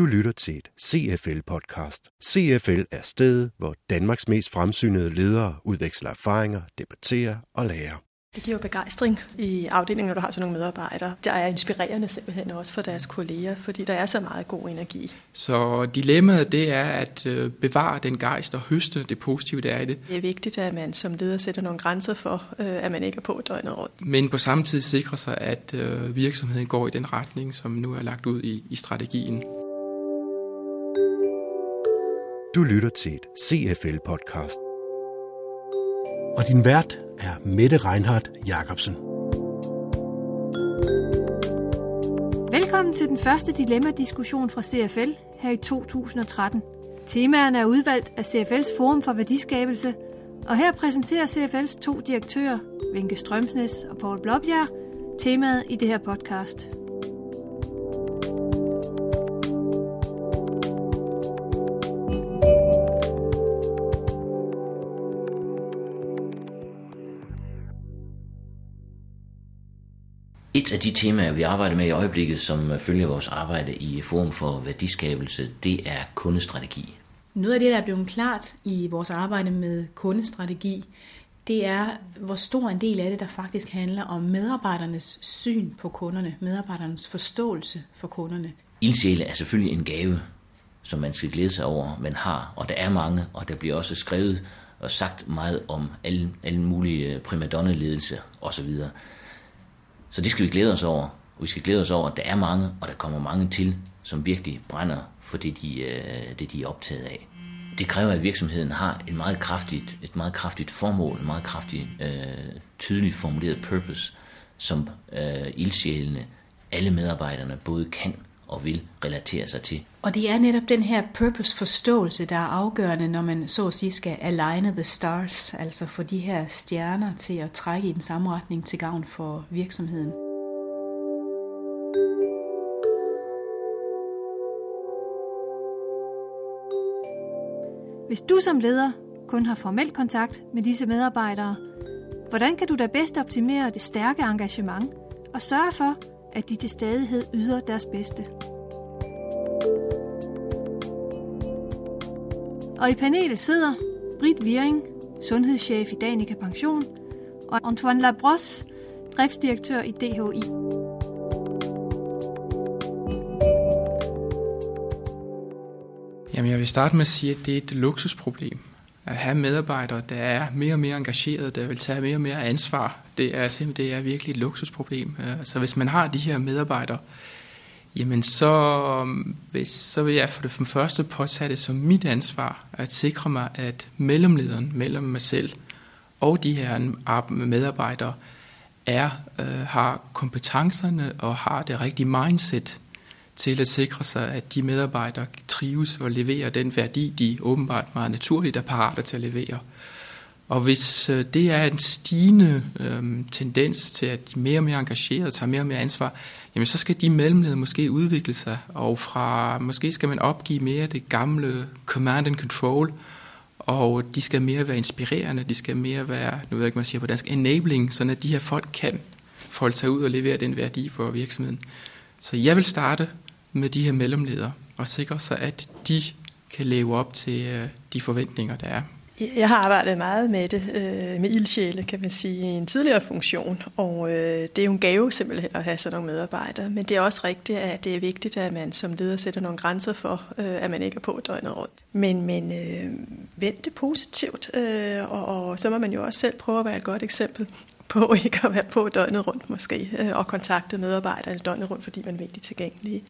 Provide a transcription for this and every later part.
Du lytter til et CFL-podcast. CFL er stedet, hvor Danmarks mest fremsynede ledere udveksler erfaringer, debatterer og lærer. Det giver jo begejstring i afdelingen, når du har sådan nogle medarbejdere. Det er inspirerende simpelthen også for deres kolleger, fordi der er så meget god energi. Så dilemmaet det er at bevare den gejst og høste det positive, der er i det. Det er vigtigt, at man som leder sætter nogle grænser for, at man ikke er på døgnet rundt. Men på samme tid sikrer sig, at virksomheden går i den retning, som nu er lagt ud i strategien. Du lytter til et CFL-podcast. Og din vært er Mette Reinhardt Jacobsen. Velkommen til den første dilemma-diskussion fra CFL her i 2013. Temaerne er udvalgt af CFL's Forum for Værdiskabelse, og her præsenterer CFL's 2 direktører, Wenche Strømsnes og Poul Blåbjerg, temaet i det her podcast. Et af de temaer, vi arbejder med i øjeblikket, som følger vores arbejde i Forum for Værdiskabelse, det er kundestrategi. Noget af det, der er blevet klart i vores arbejde med kundestrategi, det er, hvor stor en del af det, der faktisk handler om medarbejdernes syn på kunderne, medarbejdernes forståelse for kunderne. Ildsjæle er selvfølgelig en gave, som man skal glæde sig over, man har, og der er mange, og der bliver også skrevet og sagt meget om alle mulige primadonna-ledelse osv. Så det skal vi glæde os over. Vi skal glæde os over, at der er mange, og der kommer mange til, som virkelig brænder for det, de er optaget af. Det kræver, at virksomheden har et meget kraftigt formål, en meget kraftigt, tydeligt formuleret purpose, som ildsjælene, alle medarbejderne, både kan og vil relatere sig til. Og det er netop den her purpose-forståelse, der er afgørende, når man så at sige skal aligne the stars, altså få de her stjerner til at trække i den samme retning til gavn for virksomheden. Hvis du som leder kun har formel kontakt med disse medarbejdere, hvordan kan du da bedst optimere det stærke engagement og sørge for, at de til stadighed yder deres bedste? Og i panelet sidder Britt Viering, sundhedschef i Danica Pension, og Antoine Labrosse, driftsdirektør i DHI. Jamen, jeg vil starte med at sige, at det er et luksusproblem. At have medarbejdere, der er mere og mere engagerede, der vil tage mere og mere ansvar, det er virkelig et luksusproblem. Så hvis man har de her medarbejdere, jamen så vil jeg for det første påtage det som mit ansvar at sikre mig, at mellemlederen mellem mig selv og de her medarbejdere har kompetencerne og har det rigtige mindset til at sikre sig, at de medarbejdere trives og leverer den værdi, de åbenbart meget naturligt er parate til at levere. Og hvis det er en stigende tendens til, at de mere og mere engagerede tager mere og mere ansvar, jamen så skal de mellemledere måske udvikle sig, og måske skal man opgive mere det gamle command and control, og de skal mere være inspirerende, de skal mere være, nu ved jeg ikke, man siger på dansk, enabling, sådan at de her folk kan folde sig ud og levere den værdi for virksomheden. Så jeg vil starte med de her mellemledere og sikre sig, at de kan leve op til de forventninger, der er. Jeg har arbejdet meget med det, med ildsjæle, kan man sige, i en tidligere funktion, og det er jo en gave simpelthen at have sådan nogle medarbejdere, men det er også rigtigt, at det er vigtigt, at man som leder sætter nogle grænser for, at man ikke er på døgnet rundt. Men vend det positivt, og så må man jo også selv prøve at være et godt eksempel på ikke at være på døgnet rundt måske, og kontakte medarbejderne døgnet rundt, fordi man er vigtigt tilgængelig.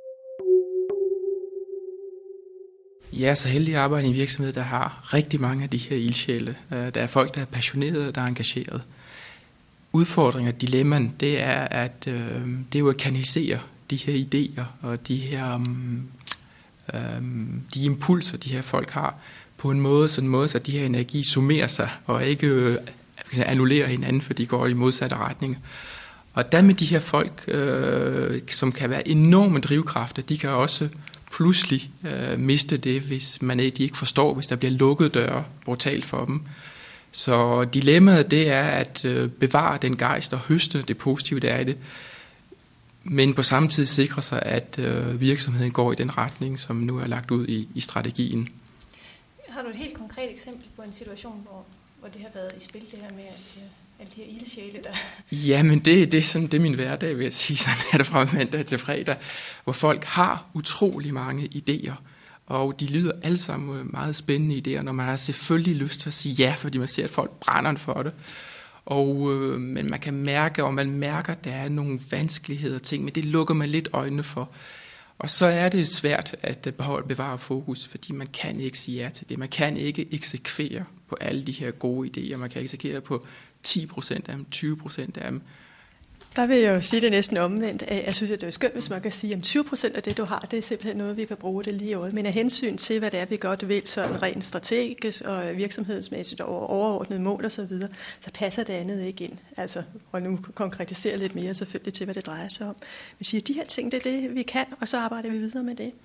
Ja, så heldig at arbejde i en virksomhed, der har rigtig mange af de her ildsjæle. Der er folk, der er passionerede, der er engageret. Udfordringen og dilemmaen, det er at kanalisere de her idéer og de her de impulser, de her folk har, på en måde, så de her energi summerer sig og ikke annullerer hinanden, for de går i modsatte retninger. Og der med de her folk, som kan være enorme drivkræfter, de kan også pludselig miste det, hvis de ikke forstår, hvis der bliver lukket døre brutalt for dem. Så dilemmaet det er at bevare den gejst og høste det positive, der er i det. men på samme tid sikre sig, at virksomheden går i den retning, som nu er lagt ud i strategien. Har du et helt konkret eksempel på en situation, hvor det har været i spil, det her med alle de her ildsjæle, der... Ja, men det er min hverdag, vil jeg sige. Sådan er det fra mandag til fredag, hvor folk har utrolig mange idéer, og de lyder alle sammen meget spændende idéer, når man har selvfølgelig lyst til at sige ja, fordi man ser, at folk brænder for det. Men man kan mærke, og man mærker, at der er nogle vanskeligheder og ting, men det lukker man lidt øjnene for. Og så er det svært at bevare fokus, fordi man kan ikke sige ja til det. Man kan ikke eksekvere på alle de her gode idéer. Man kan eksekvere på 10% af dem, 20% af dem. Der vil jeg jo sige det næsten omvendt. Jeg synes, at det er skønt, hvis man kan sige, at 20% af det, du har, det er simpelthen noget, vi kan bruge det lige i året. Men af hensyn til, hvad det er, vi godt vil, sådan rent strategisk og virksomhedsmæssigt og overordnet mål og så videre, så passer det andet ikke ind. Altså, og nu konkretiserer lidt mere selvfølgelig til, hvad det drejer sig om. Vi siger, at de her ting, det er det, vi kan, og så arbejder vi videre med det.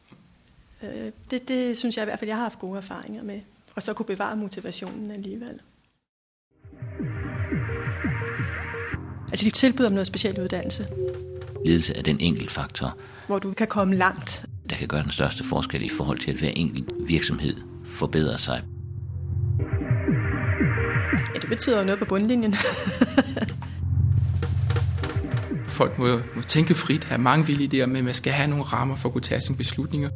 Det synes jeg i hvert fald, jeg har haft gode erfaringer med. Og så kunne bevare motivationen alligevel. Altså de tilbyder om noget speciel uddannelse. Ledelse er den enkelt faktor, hvor du kan komme langt. Der kan gøre den største forskel i forhold til, at hver enkelt virksomhed forbedrer sig. Ja, det betyder jo noget på bundlinjen. Folk må tænke frit, have mange vilde idéer, men man skal have nogle rammer for at kunne tage sine beslutninger.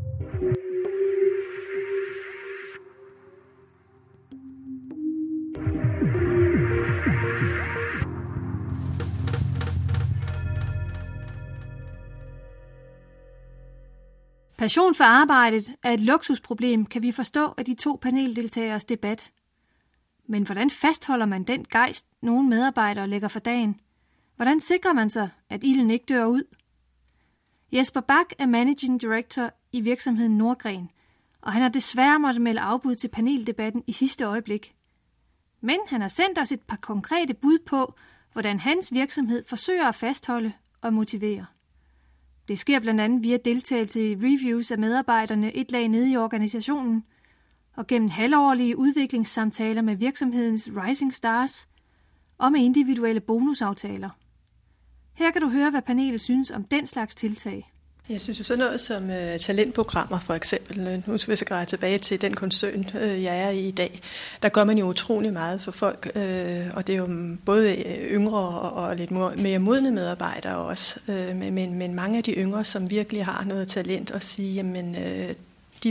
Passion for arbejdet er et luksusproblem, kan vi forstå af de 2 paneldeltageres debat. Men hvordan fastholder man den gejst, nogle medarbejdere lægger for dagen? Hvordan sikrer man sig, at ilden ikke dør ud? Jesper Bak er Managing Director i virksomheden Nordgren, og han har desværre måttet melde afbud til paneldebatten i sidste øjeblik. Men han har sendt os et par konkrete bud på, hvordan hans virksomhed forsøger at fastholde og motivere. Det sker blandt andet via deltagelse i reviews af medarbejderne et lag nede i organisationen, og gennem halvårlige udviklingssamtaler med virksomhedens Rising Stars og med individuelle bonusaftaler. Her kan du høre, hvad panelet synes om den slags tiltag. Jeg synes jo sådan noget som talentprogrammer for eksempel. Nu skal vi så greje tilbage til den koncern, jeg er i dag. Der gør man jo utrolig meget for folk, og det er jo både yngre og lidt mere modne medarbejdere også. Men mange af de yngre, som virkelig har noget talent, og sige, jamen de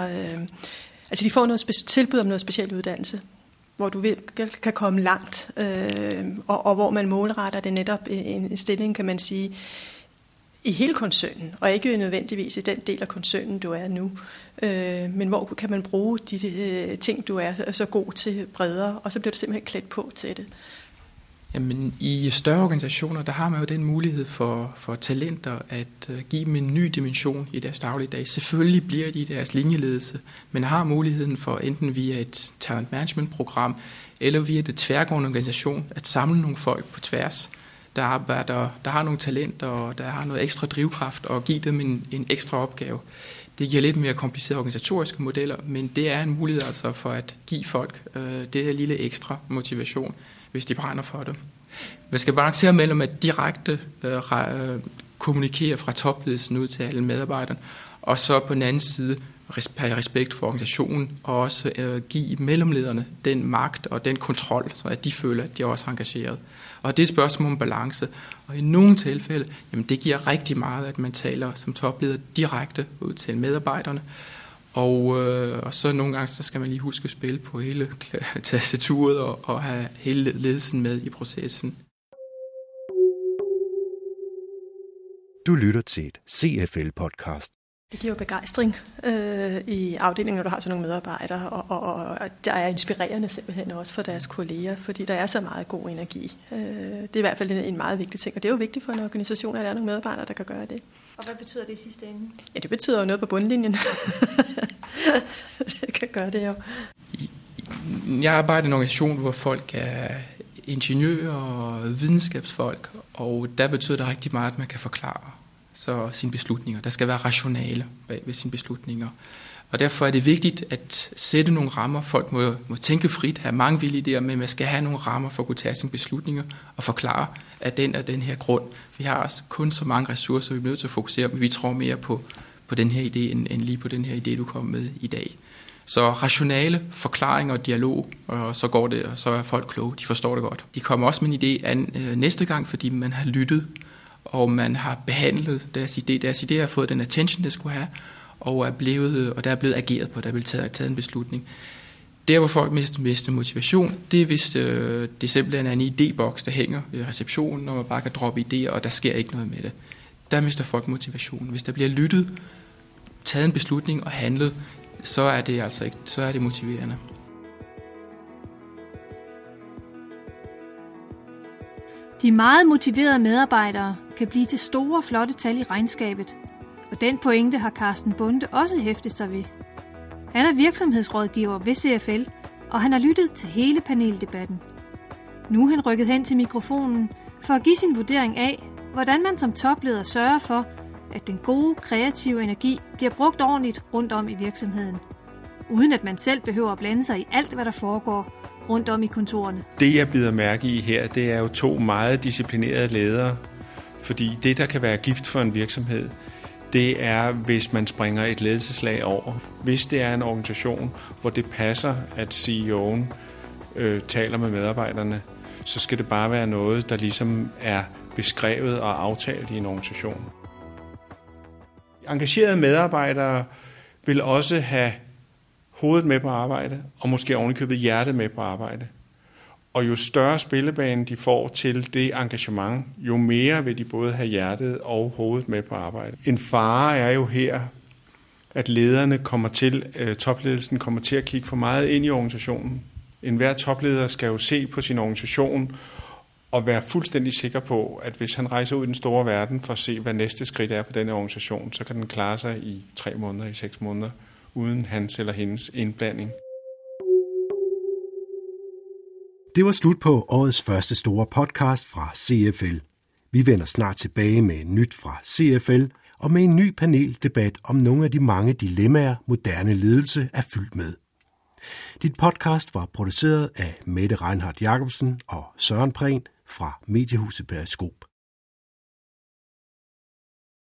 får noget tilbud om noget speciel uddannelse, hvor du kan komme langt, og hvor man målretter det netop en stilling, kan man sige, i hele koncernen, og ikke nødvendigvis i den del af koncernen, du er nu. Men hvor kan man bruge de ting, du er så god til bredere, og så bliver du simpelthen klædt på til det. Jamen, i større organisationer, der har man jo den mulighed for talenter at give dem en ny dimension i deres dagligdag. Selvfølgelig bliver de i deres linjeledelse, men har muligheden for enten via et talent management program, eller via det tværgående organisation, at samle nogle folk på tværs, der har nogle talenter, og der har noget ekstra drivkraft, og give dem en ekstra opgave. Det giver lidt mere komplicerede organisatoriske modeller, men det er en mulighed altså for at give folk det her lille ekstra motivation, hvis de brænder for det. Man skal balancere mellem at direkte kommunikere fra topledelsen ud til alle medarbejderne, og så på den anden side respekt for organisationen, og også give mellemlederne den magt og den kontrol, så at de føler, at de er også engageret. Og det er et spørgsmål om balance. Og i nogle tilfælde, jamen det giver rigtig meget, at man taler som topleder direkte ud til medarbejderne. Og så nogle gange, så skal man lige huske at spille på hele tastaturet og have hele ledelsen med i processen. Du lytter til et CFL-podcast. Det giver jo begejstring i afdelingen, når du har sådan nogle medarbejdere, og der er inspirerende simpelthen også for deres kolleger, fordi der er så meget god energi. Det er i hvert fald en meget vigtig ting, og det er jo vigtigt for en organisation, at der er nogle medarbejdere, der kan gøre det. Og hvad betyder det i sidste ende? Ja, det betyder jo noget på bundlinjen. Det kan gøre det jo. Jeg arbejder i en organisation, hvor folk er ingeniører og videnskabsfolk, og der betyder det rigtig meget, at man kan forklare så sine beslutninger. Der skal være rationale bag ved sine beslutninger. Og derfor er det vigtigt at sætte nogle rammer. Folk må tænke frit, have mange vilde idéer, men man skal have nogle rammer for at kunne tage sine beslutninger og forklare, at den er den her grund. Vi har også kun så mange ressourcer, vi er nødt til at fokusere, men vi tror mere på den her idé, end lige på den her idé, du kom med i dag. Så rationale, forklaringer og dialog, og så går det, og så er folk kloge, de forstår det godt. De kommer også med en idé an næste gang, fordi man har lyttet, og man har behandlet deres idé. Deres idé har fået den attention, det skulle have, og der er blevet ageret på, der er blevet taget en beslutning. Der, hvor folk mister motivation, det er, hvis det simpelthen er en idéboks, der hænger ved receptionen, og man bare kan droppe idéer, og der sker ikke noget med det. Der mister folk motivation. Hvis der bliver lyttet, taget en beslutning og handlet, så er det altså ikke, så er det motiverende. De meget motiverede medarbejdere kan blive til store, flotte tal i regnskabet. Og den pointe har Carsten Bonde også hæftet sig ved. Han er virksomhedsrådgiver ved CFL, og han har lyttet til hele paneldebatten. Nu er han rykket hen til mikrofonen for at give sin vurdering af, hvordan man som topleder sørger for, at den gode, kreative energi bliver brugt ordentligt rundt om i virksomheden, uden at man selv behøver at blande sig i alt, hvad der foregår rundt om i kontorerne. Det, jeg bider mærke i her, det er jo 2 meget disciplinerede ledere, fordi det, der kan være gift for en virksomhed, det er, hvis man springer et ledelseslag over. Hvis det er en organisation, hvor det passer, at CEO'en taler med medarbejderne, så skal det bare være noget, der ligesom er beskrevet og aftalt i en organisation. Engagerede medarbejdere vil også have hovedet med på arbejde, og måske ovenikøbet hjertet med på arbejde. Og jo større spillebane de får til det engagement, jo mere vil de både have hjertet og hovedet med på arbejde. En fare er jo her, at topledelsen kommer til at kigge for meget ind i organisationen. Enhver topleder skal jo se på sin organisation og være fuldstændig sikker på, at hvis han rejser ud i den store verden for at se, hvad næste skridt er for denne organisation, så kan den klare sig i 3 måneder, i 6 måneder, uden hans eller hendes indblanding. Det var slut på årets første store podcast fra CFL. Vi vender snart tilbage med nyt fra CFL og med en ny paneldebat om nogle af de mange dilemmaer, moderne ledelse er fyldt med. Dit podcast var produceret af Mette Reinhardt Jacobsen og Søren Prehn fra Mediehuset Periskop.